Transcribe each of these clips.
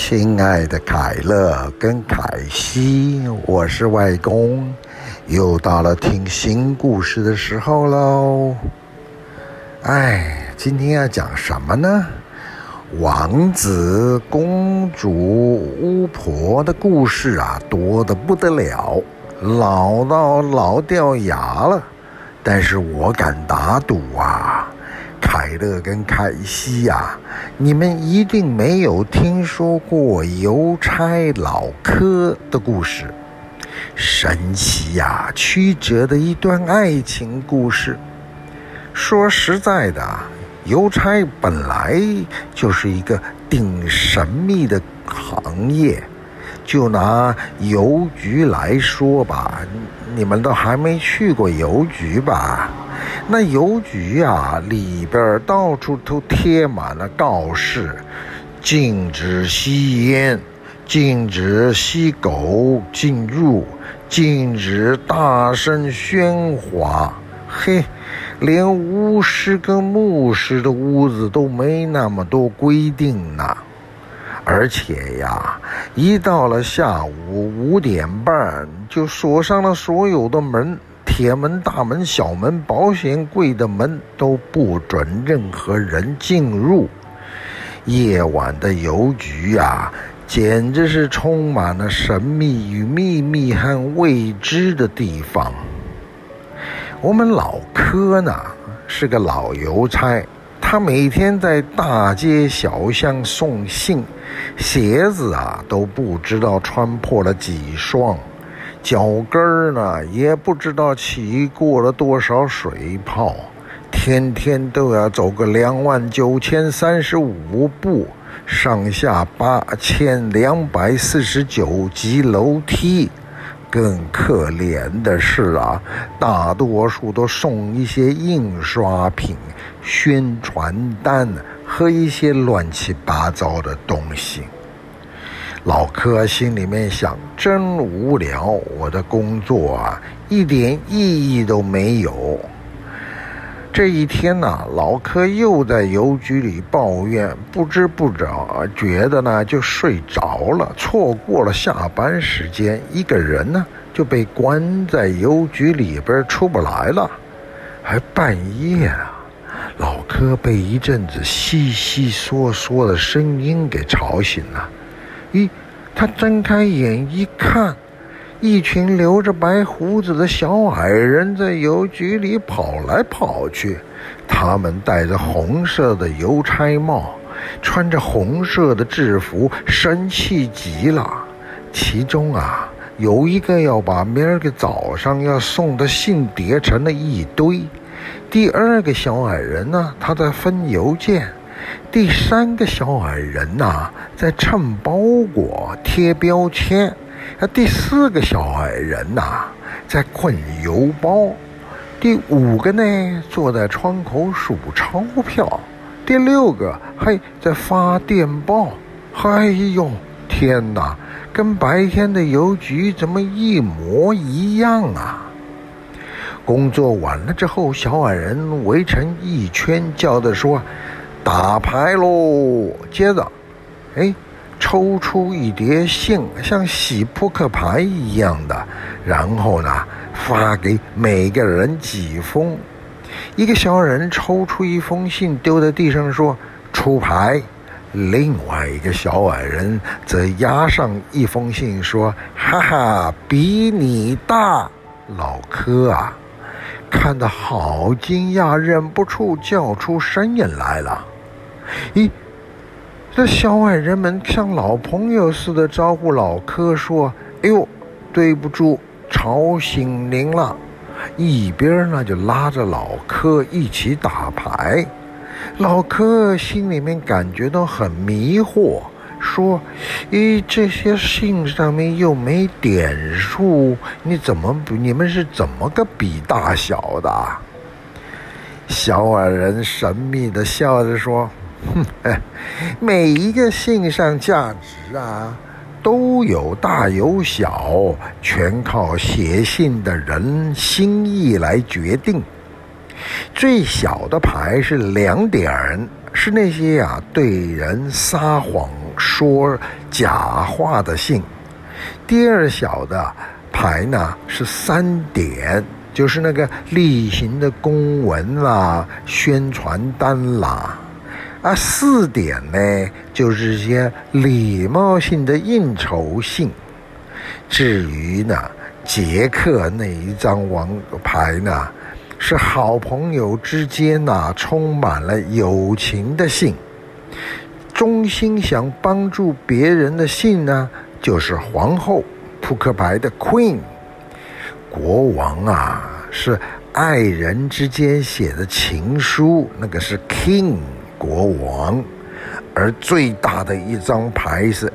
亲爱的凯乐跟凯西，我是外公，又到了听新故事的时候喽。今天要讲什么呢？王子、公主、巫婆的故事啊，多得不得了，老到老掉牙了。但是我敢打赌啊，凯乐跟凯西啊，你们一定没有听说过邮差老柯的故事，神奇呀，曲折的一段爱情故事。说实在的，邮差本来就是一个挺神秘的行业。就拿邮局来说吧，你们都还没去过邮局吧？那邮局啊，里边到处都贴满了告示，禁止吸烟，禁止吸狗进入，禁止大声喧哗。连巫师跟牧师的屋子都没那么多规定呢。而且呀，一到了下午5点半，就锁上了所有的门，铁门、大门、小门、保险柜的门都不准任何人进入。夜晚的邮局啊，简直是充满了神秘与秘密和未知的地方。我们老柯呢，是个老邮差，他每天在大街小巷送信，鞋子啊都不知道穿破了几双，脚跟呢也不知道起过了多少水泡，天天都要走个29235步，上下8249级楼梯。更可怜的是啊，大多数都送一些印刷品、宣传单和一些乱七八糟的东西。老柯心里面想，真无聊，我的工作啊，一点意义都没有。这一天呢，老柯又在邮局里抱怨，不知不觉得呢就睡着了，错过了下班时间，一个人呢就被关在邮局里边出不来了。还半夜啊，老柯被一阵子悉悉嗦嗦的声音给吵醒了。他睁开眼一看，一群留着白胡子的小矮人在邮局里跑来跑去，他们戴着红色的邮差帽，穿着红色的制服，生气极了。其中啊，有一个要把明儿个早上要送的信叠成了一堆，第二个小矮人呢，他在分邮件，第三个小矮人呢，在称包裹贴标签，第4个小矮人呐，在捆邮包，第5个呢坐在窗口数钞票，第6个还在发电报。天哪，跟白天的邮局怎么一模一样啊？工作完了之后，小矮人围成一圈，叫着说：“打牌喽！”接着，抽出一叠信，像洗扑克牌一样的，然后呢，发给每个人几封。一个小人抽出一封信，丢在地上说：“出牌。”另外一个小矮人则压上一封信说：“哈哈，比你大。”老柯啊，看得好惊讶，忍不住叫出声音来了。这小矮人们像老朋友似的招呼老柯说：“对不住，吵醒您了。”一边呢就拉着老柯一起打牌。老柯心里面感觉到很迷惑，说：“这些信上面又没点数，你们是怎么个比大小的啊？”小矮人神秘的笑着说：“每一个信上价值啊，都有大有小，全靠写信的人心意来决定。最小的牌是2点，是那些对人撒谎说假话的信。第二小的牌呢是3点，就是那个例行的公文啦、宣传单啦。4点呢就是些礼貌性的应酬信。至于呢杰克那一张王牌呢，是好朋友之间充满了友情的信。衷心想帮助别人的信呢，就是皇后，扑克牌的 Queen。 国王是爱人之间写的情书，那个是 King 国王。而最大的一张牌是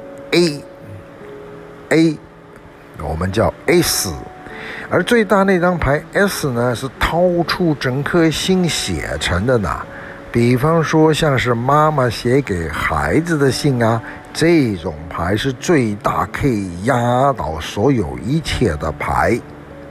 A， 我们叫 S。 而最大那张牌 S 呢，是掏出整颗心写成的呢。比方说像是妈妈写给孩子的信这种牌是最大，可以压倒所有一切的牌。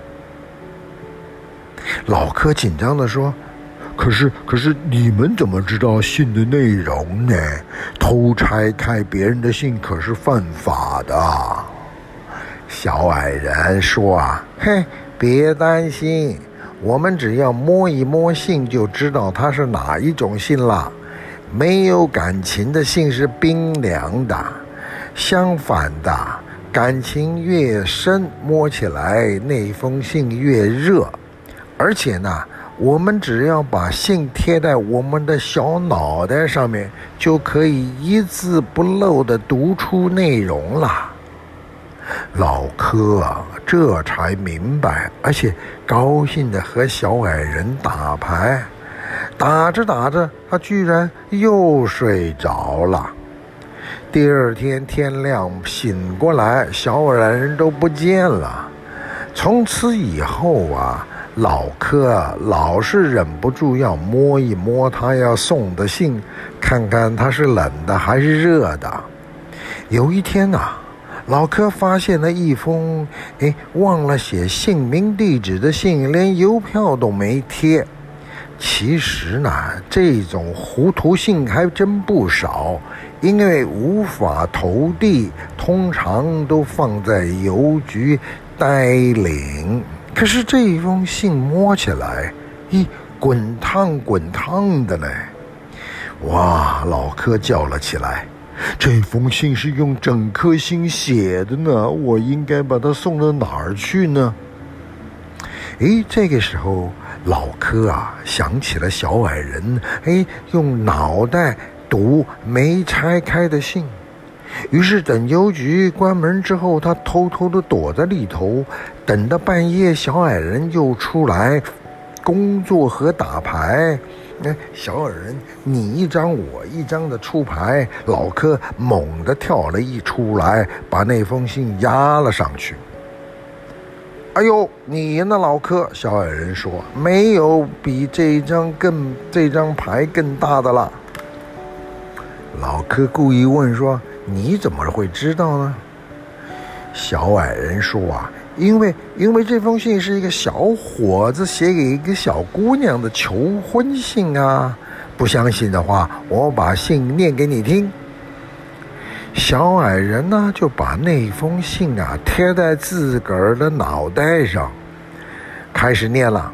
老柯紧张地说，可是你们怎么知道信的内容呢？偷拆开别人的信可是犯法的。小矮人说别担心，我们只要摸一摸信就知道它是哪一种信了。没有感情的信是冰凉的，相反的，感情越深，摸起来那封信越热。而且呢，我们只要把信贴在我们的小脑袋上面，就可以一字不漏地读出内容了。老柯这才明白，而且高兴地和小矮人打牌。打着打着，他居然又睡着了。第二天天亮醒过来，小矮人都不见了。从此以后老柯老是忍不住要摸一摸他要送的信，看看它是冷的还是热的。有一天老柯发现了一封忘了写姓名地址的信，连邮票都没贴。其实呢，这种糊涂信还真不少，因为无法投递，通常都放在邮局待领。可是这一封信摸起来滚烫滚烫的呢。哇，老柯叫了起来，这封信是用整颗心写的呢，我应该把它送到哪儿去呢？这个时候老柯想起了小矮人用脑袋读没拆开的信。于是等邮局关门之后，他偷偷地躲在里头，等到半夜小矮人又出来工作和打牌。小矮人你一张我一张的出牌，老柯猛地跳了一出来，把那封信压了上去。哎呦，你呢老柯？小矮人说，没有比这张牌更大的了。老柯故意问说，你怎么会知道呢？小矮人说因为这封信是一个小伙子写给一个小姑娘的求婚信不相信的话，我把信念给你听。小矮人呢，就把那封信贴在自个儿的脑袋上，开始念了。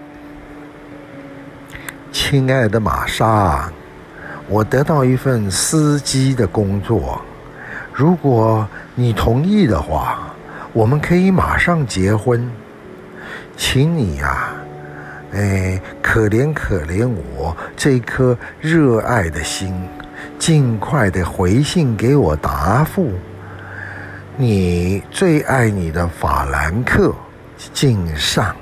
亲爱的玛莎，我得到一份司机的工作，如果你同意的话，我们可以马上结婚。请你可怜可怜我这颗热爱的心，尽快的回信给我答复。你最爱你的法兰克，敬上。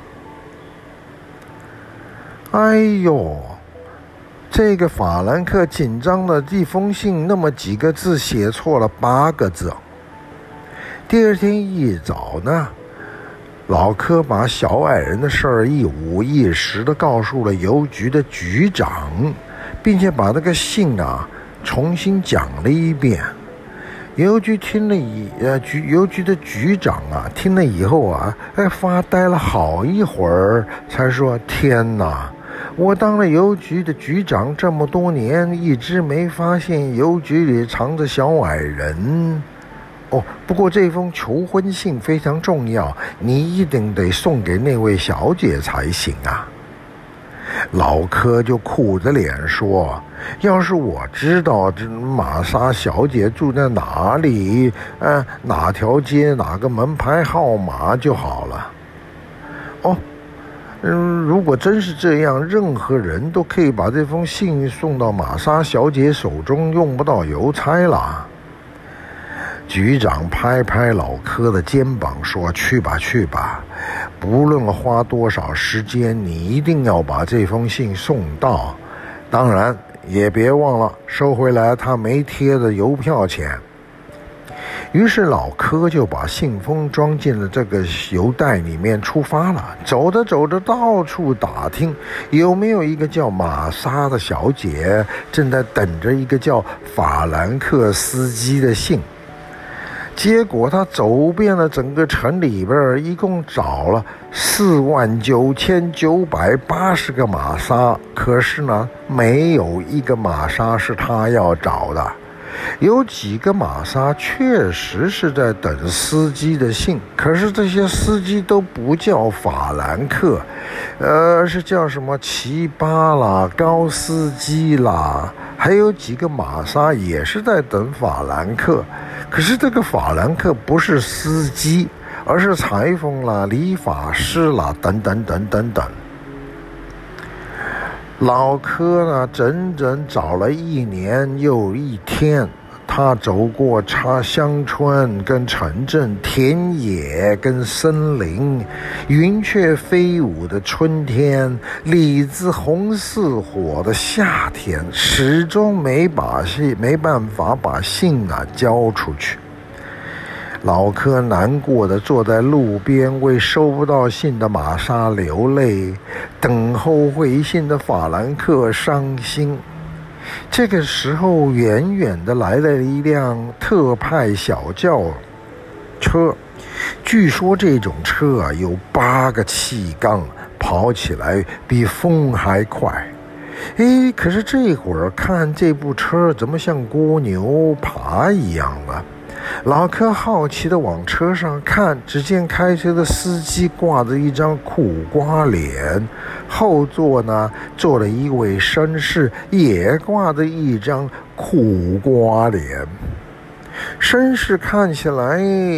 哎呦，这个法兰克紧张的一封信，那么几个字写错了8个字。第二天一早呢，老柯把小矮人的事儿一五一十的告诉了邮局的局长，并且把那个信重新讲了一遍。邮局的局长听了以后发呆了好一会儿，才说：天哪， 我当了邮局的局长这么多年，一直没发现邮局里藏着小矮人。哦，不过这封求婚信非常重要，你一定得送给那位小姐才行啊。老柯就苦着脸说，要是我知道这玛莎小姐住在哪里，哪条街哪个门牌号码就好了。哦，如果真是这样，任何人都可以把这封信送到玛莎小姐手中，用不到邮差了。局长拍拍老柯的肩膀说，去吧去吧，不论花多少时间，你一定要把这封信送到，当然也别忘了收回来他没贴的邮票钱。于是老柯就把信封装进了这个邮袋里面，出发了。走着走着，到处打听有没有一个叫玛莎的小姐正在等着一个叫法兰克斯基的信。结果他走遍了整个城里边，一共找了49980个玛莎，可是呢，没有一个玛莎是他要找的。有几个玛莎确实是在等司机的信，可是这些司机都不叫法兰克，是叫什么齐巴啦、高斯基啦，还有几个玛莎也是在等法兰克，可是这个法兰克不是司机，而是裁缝啦、理发师啦等等等等等。老柯呢，整整找了1年又1天，他走过乡村跟城镇、田野跟森林，云雀飞舞的春天，李子红似火的夏天，始终没办法把信交出去。老柯难过的坐在路边，为收不到信的玛莎流泪，等候回信的法兰克伤心。这个时候，远远的来了一辆特派小轿车，据说这种车有8个气缸，跑起来比风还快。可是这会儿看这部车怎么像蜗牛爬一样了？老柯好奇地往车上看，只见开车的司机挂着一张苦瓜脸，后座呢坐了一位绅士，也挂着一张苦瓜脸。绅士看起来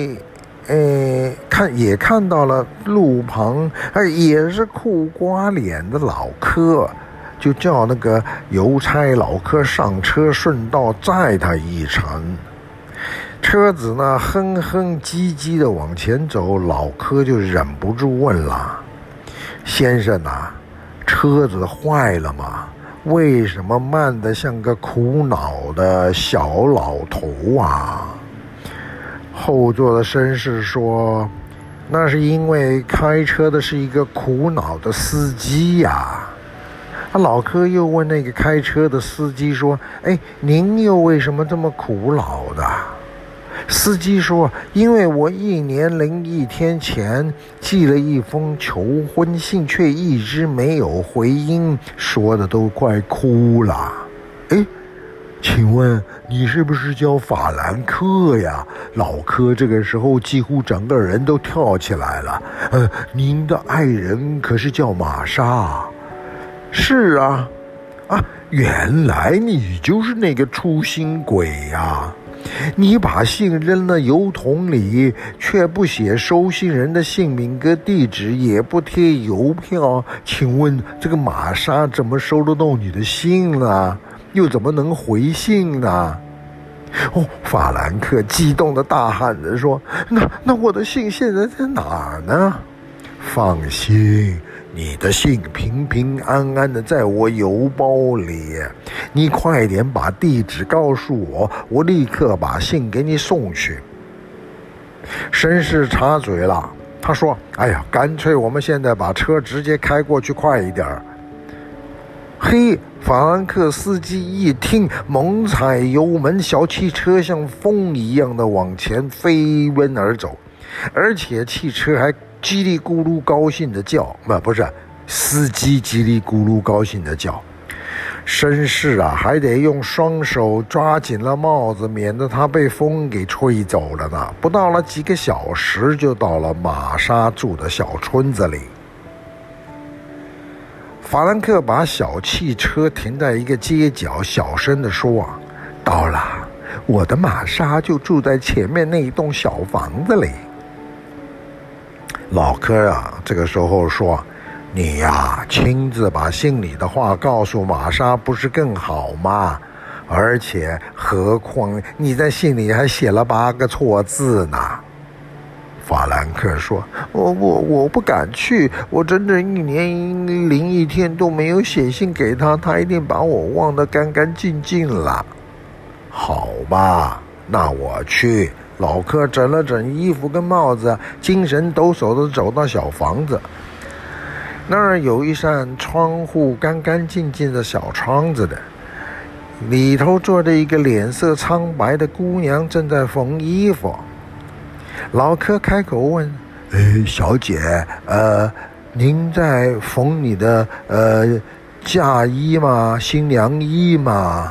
看到了路旁也是苦瓜脸的老柯，就叫那个邮差老柯上车，顺道载他一程。车子呢哼哼唧唧的往前走，老柯就忍不住问了，先生啊，车子坏了吗？为什么慢得像个苦恼的小老头啊？后座的绅士说，那是因为开车的是一个苦恼的司机呀。老柯又问那个开车的司机说，您又为什么这么苦恼的？司机说，因为我1年01天前寄了一封求婚信，却一直没有回音，说的都快哭了。请问你是不是叫法兰克呀？老柯这个时候几乎整个人都跳起来了。您的爱人可是叫玛莎？是啊。原来你就是那个粗心鬼呀。你把信扔了邮筒里，却不写收信人的姓名跟地址，也不贴邮票，请问这个玛莎怎么收得到你的信呢？又怎么能回信呢？法兰克激动的大喊着说，那我的信现在在哪儿呢？放心，你的信平平安安的在我邮包里，你快点把地址告诉我，我立刻把信给你送去。绅士插嘴了，他说，干脆我们现在把车直接开过去，快一点。法兰克司机一听，猛踩油门，小汽车像风一样的往前飞奔而走，而且汽车还叽里咕噜高兴的叫，不是司机叽里咕噜高兴地叫。绅士啊，还得用双手抓紧了帽子，免得他被风给吹走了呢。不到了几个小时，就到了玛莎住的小村子里。法兰克把小汽车停在一个街角，小声地说：“到了，我的玛莎就住在前面那一栋小房子里。”老柯啊，这个时候说：“你呀，亲自把心里的话告诉玛莎，不是更好吗？而且，何况你在信里还写了8个错字呢。”法兰克说：“我不敢去，我整整1年01天都没有写信给他，他一定把我忘得干干净净了。”好吧，那我去。老柯整了整衣服跟帽子，精神抖擞地走到小房子。那儿有一扇窗户，干干净净的小窗子的，里头坐着一个脸色苍白的姑娘，正在缝衣服。老柯开口问：“小姐，您在缝你的嫁衣吗？新娘衣吗？”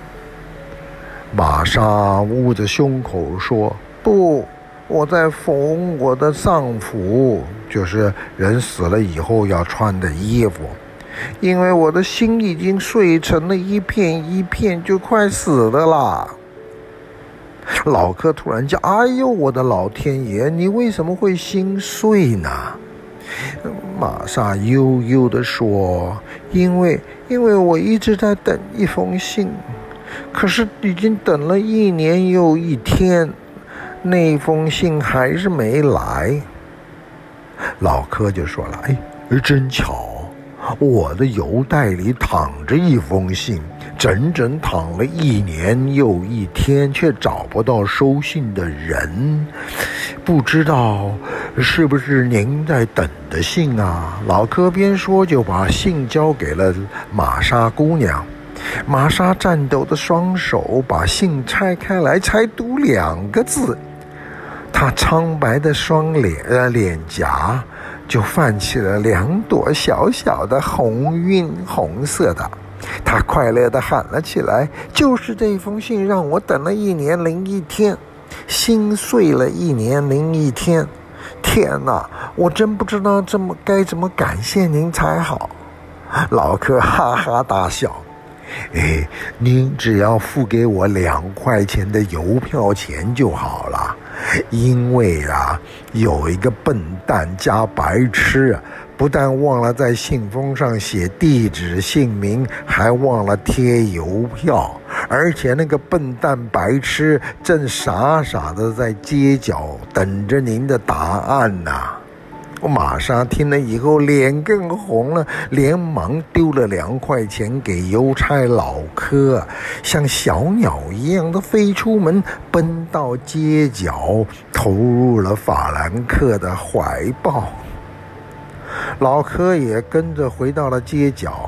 玛莎捂着胸口说：“不，我在缝我的丧服，就是人死了以后要穿的衣服，因为我的心已经碎成了一片一片，就快死了啦。”老柯突然叫：“哎呦，我的老天爷，你为什么会心碎呢？”玛莎悠悠地说：“因为我一直在等一封信，可是已经等了1年又1天，那封信还是没来。”老柯就说了：“真巧，我的邮袋里躺着一封信，整整躺了1年又1天，却找不到收信的人，不知道是不是您在等的信啊？”老柯边说就把信交给了玛莎姑娘。玛莎颤抖的双手把信拆开来，才读2个字，她苍白的脸颊就泛起了2朵小小的红色的。她快乐地喊了起来：“就是这封信让我等了1年01天，心碎了1年01天。天哪，我真不知道该怎么感谢您才好。”老柯哈哈大笑：“您只要付给我2块钱的邮票钱就好了，因为啊，有一个笨蛋加白痴，不但忘了在信封上写地址姓名，还忘了贴邮票，而且那个笨蛋白痴正傻傻的在街角等着您的答案呢。”玛莎听了以后脸更红了，连忙丢了2块钱给邮差老柯，像小鸟一样的飞出门，奔到街角，投入了法兰克的怀抱。老柯也跟着回到了街角，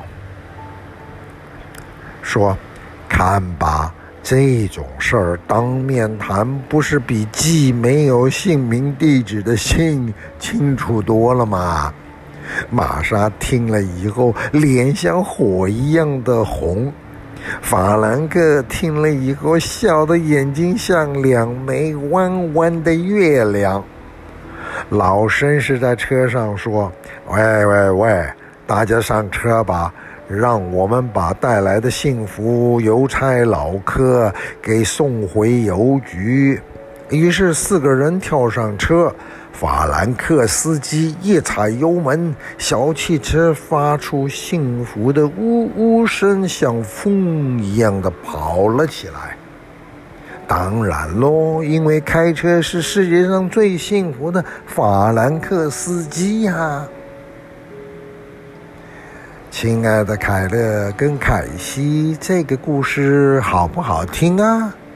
说：“看吧，这种事儿当面谈，不是比寄没有姓名地址的信清楚多了吗？”玛莎听了以后，脸像火一样的红。法兰克听了以后，笑得眼睛像2枚弯弯的月亮。老绅士在车上说：“喂，大家上车吧，让我们把带来的幸福邮差老柯给送回邮局。”于是4个人跳上车，法兰克司机一踩油门，小汽车发出幸福的呜呜声，像风一样的跑了起来。当然咯，因为开车是世界上最幸福的法兰克司机呀。亲爱的凯勒跟凯西，这个故事好不好听啊？